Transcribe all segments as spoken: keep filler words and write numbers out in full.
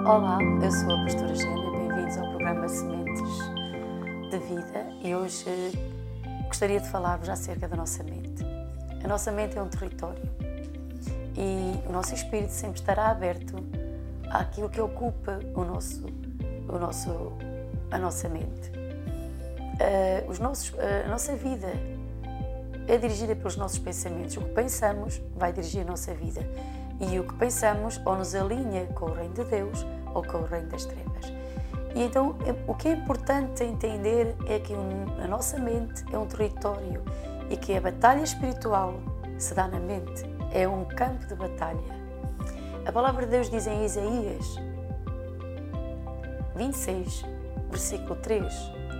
Olá, eu sou a pastora Gênia, bem-vindos ao programa Sementes de Vida e hoje gostaria de falar-vos acerca da nossa mente. A nossa mente é um território e o nosso espírito sempre estará aberto àquilo que ocupa o nosso, o nosso, a nossa mente. Uh, os nossos, uh, a nossa vida é dirigida pelos nossos pensamentos. O que pensamos vai dirigir a nossa vida. E o que pensamos ou nos alinha com o reino de Deus ou com o reino das trevas. E então o que é importante entender é que a nossa mente é um território e que a batalha espiritual se dá na mente. É um campo de batalha. A palavra de Deus diz em Isaías vinte e seis, versículo três,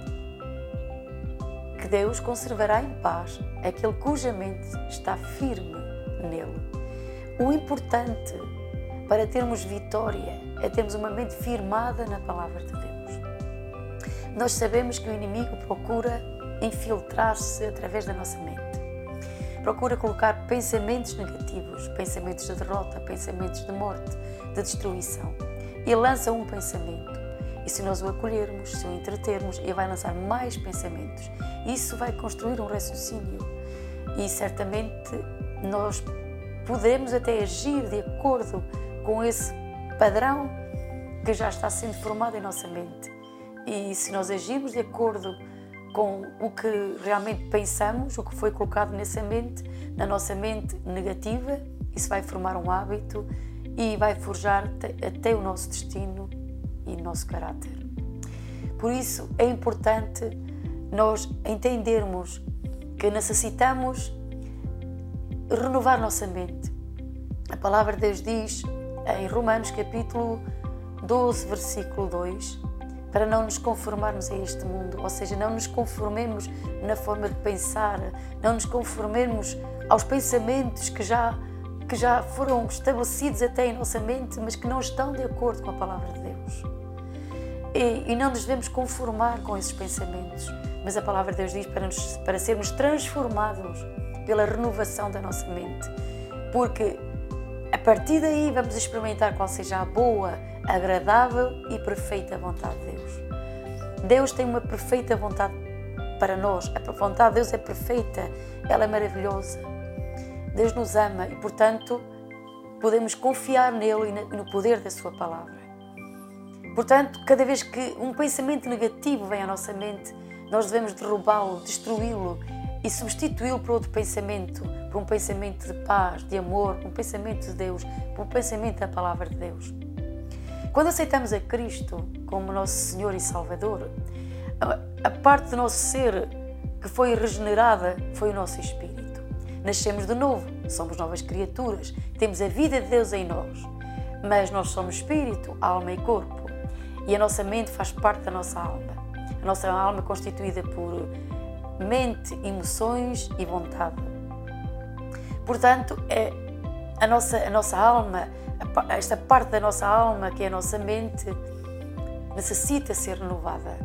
que Deus conservará em paz aquele cuja mente está firme nele. O importante para termos vitória é termos uma mente firmada na palavra de Deus. Nós sabemos que o inimigo procura infiltrar-se através da nossa mente. Procura colocar pensamentos negativos, pensamentos de derrota, pensamentos de morte, de destruição. E lança um pensamento. E se nós o acolhermos, se o entretermos, ele vai lançar mais pensamentos. Isso vai construir um raciocínio. E certamente nós podemos até agir de acordo com esse padrão que já está sendo formado em nossa mente. E se nós agirmos de acordo com o que realmente pensamos, o que foi colocado nessa mente, na nossa mente negativa, isso vai formar um hábito e vai forjar até o nosso destino e o nosso caráter. Por isso é importante nós entendermos que necessitamos renovar nossa mente. A palavra de Deus diz em Romanos capítulo doze, versículo dois, para não nos conformarmos a este mundo, ou seja, não nos conformemos na forma de pensar, não nos conformemos aos pensamentos que já, que já foram estabelecidos até em nossa mente, mas que não estão de acordo com a palavra de Deus. E, e não nos devemos conformar com esses pensamentos, mas a palavra de Deus diz para, nos, para sermos transformados pela renovação da nossa mente, porque a partir daí vamos experimentar qual seja a boa, agradável e perfeita vontade de Deus. Deus tem uma perfeita vontade para nós, a vontade de Deus é perfeita, ela é maravilhosa. Deus nos ama e, portanto, podemos confiar nele e no poder da sua palavra. Portanto, cada vez que um pensamento negativo vem à nossa mente, nós devemos derrubá-lo, destruí-lo e substituí-lo por outro pensamento, por um pensamento de paz, de amor, por um pensamento de Deus, por um pensamento da palavra de Deus. Quando aceitamos a Cristo como nosso Senhor e Salvador, a parte do nosso ser que foi regenerada foi o nosso espírito. Nascemos de novo, somos novas criaturas, temos a vida de Deus em nós, mas nós somos espírito, alma e corpo, e a nossa mente faz parte da nossa alma. A nossa alma é constituída por mente, emoções e vontade. Portanto, é a, nossa, a nossa alma, esta parte da nossa alma, que é a nossa mente, necessita ser renovada.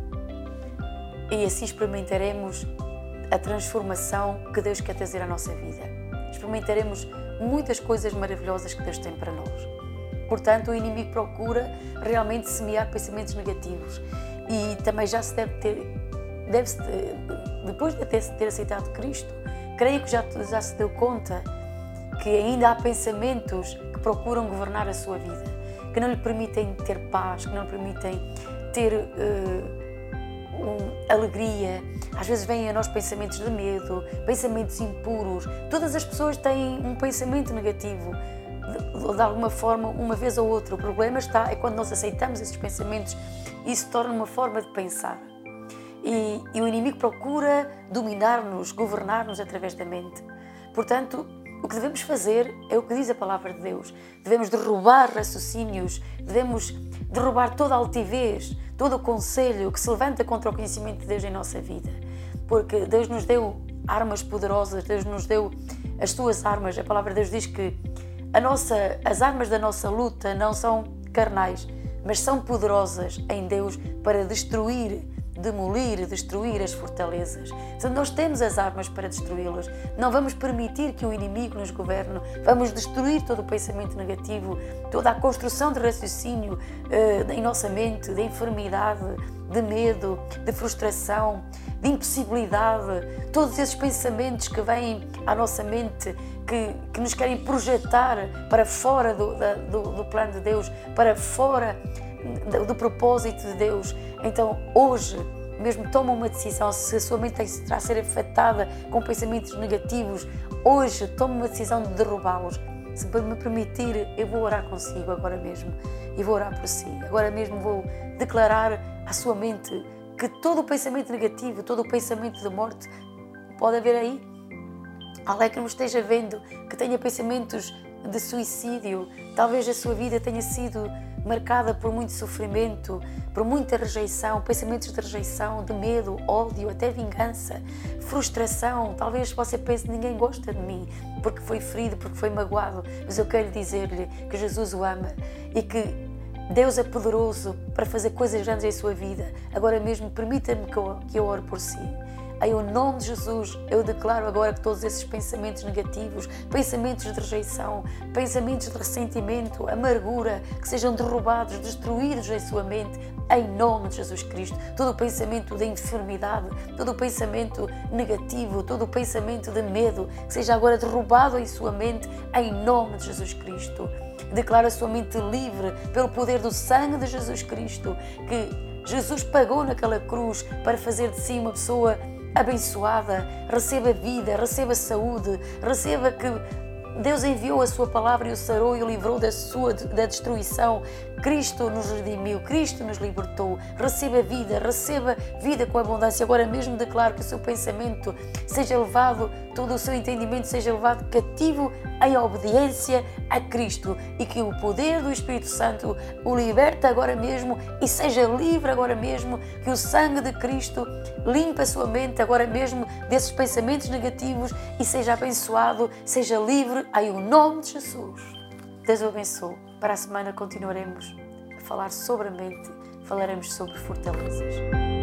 E assim experimentaremos a transformação que Deus quer trazer à nossa vida. Experimentaremos muitas coisas maravilhosas que Deus tem para nós. Portanto, o inimigo procura realmente semear pensamentos negativos. E também já se deve ter, deve-se, depois de ter, ter aceitado Cristo, creio que já, já se deu conta que ainda há pensamentos que procuram governar a sua vida, que não lhe permitem ter paz, que não lhe permitem ter uh, um, alegria. Às vezes vêm a nós pensamentos de medo, pensamentos impuros. Todas as pessoas têm um pensamento negativo, de, de alguma forma, uma vez ou outra. O problema está é quando nós aceitamos esses pensamentos e se torna uma forma de pensar. E, e o inimigo procura dominar-nos, governar-nos através da mente. Portanto, o que devemos fazer é o que diz a palavra de Deus. Devemos derrubar raciocínios, devemos derrubar toda a altivez, todo o conselho que se levanta contra o conhecimento de Deus em nossa vida. Porque Deus nos deu armas poderosas, Deus nos deu as suas armas. A palavra de Deus diz que a nossa, as armas da nossa luta não são carnais, mas são poderosas em Deus para destruir demolir, destruir as fortalezas. Então, nós temos as armas para destruí-las. Não vamos permitir que o inimigo nos governe. Vamos destruir todo o pensamento negativo, toda a construção de raciocínio uh, em nossa mente, de enfermidade, de medo, de frustração, de impossibilidade. Todos esses pensamentos que vêm à nossa mente, que, que nos querem projetar para fora do, da, do, do plano de Deus, para fora do, do propósito de Deus. Então, hoje, mesmo toma uma decisão. Se a sua mente está a ser afetada com pensamentos negativos, hoje toma uma decisão de derrubá-los. Se me permitir, eu vou orar consigo agora mesmo e vou orar por si. Agora mesmo vou declarar à sua mente que todo o pensamento negativo, todo o pensamento de morte, pode haver aí alguém que não esteja vendo, que tenha pensamentos de suicídio. Talvez a sua vida tenha sido marcada por muito sofrimento, por muita rejeição, pensamentos de rejeição, de medo, ódio, até vingança, frustração. Talvez você pense: ninguém gosta de mim porque foi ferido, porque foi magoado. Mas eu quero dizer-lhe que Jesus o ama e que Deus é poderoso para fazer coisas grandes em sua vida. Agora mesmo, permita-me que eu, que eu ore por si. Em nome de Jesus, eu declaro agora que todos esses pensamentos negativos, pensamentos de rejeição, pensamentos de ressentimento, amargura, que sejam derrubados, destruídos em sua mente, em nome de Jesus Cristo. Todo o pensamento de enfermidade, todo o pensamento negativo, todo o pensamento de medo, que seja agora derrubado em sua mente, em nome de Jesus Cristo. Declara a sua mente livre pelo poder do sangue de Jesus Cristo, que Jesus pagou naquela cruz para fazer de si uma pessoa abençoada. Receba vida, receba saúde, receba que Deus enviou a sua palavra e o sarou e o livrou da sua da destruição. Cristo nos redimiu, Cristo nos libertou. Receba vida, receba vida com abundância. Agora mesmo declaro que o seu pensamento seja levado, todo o seu entendimento seja levado cativo em obediência a Cristo e que o poder do Espírito Santo o liberte agora mesmo e seja livre agora mesmo, que o sangue de Cristo limpe a sua mente agora mesmo desses pensamentos negativos e seja abençoado, seja livre em nome de Jesus. Deus o abençoe. Para a semana continuaremos a falar sobre a mente, falaremos sobre fortalezas.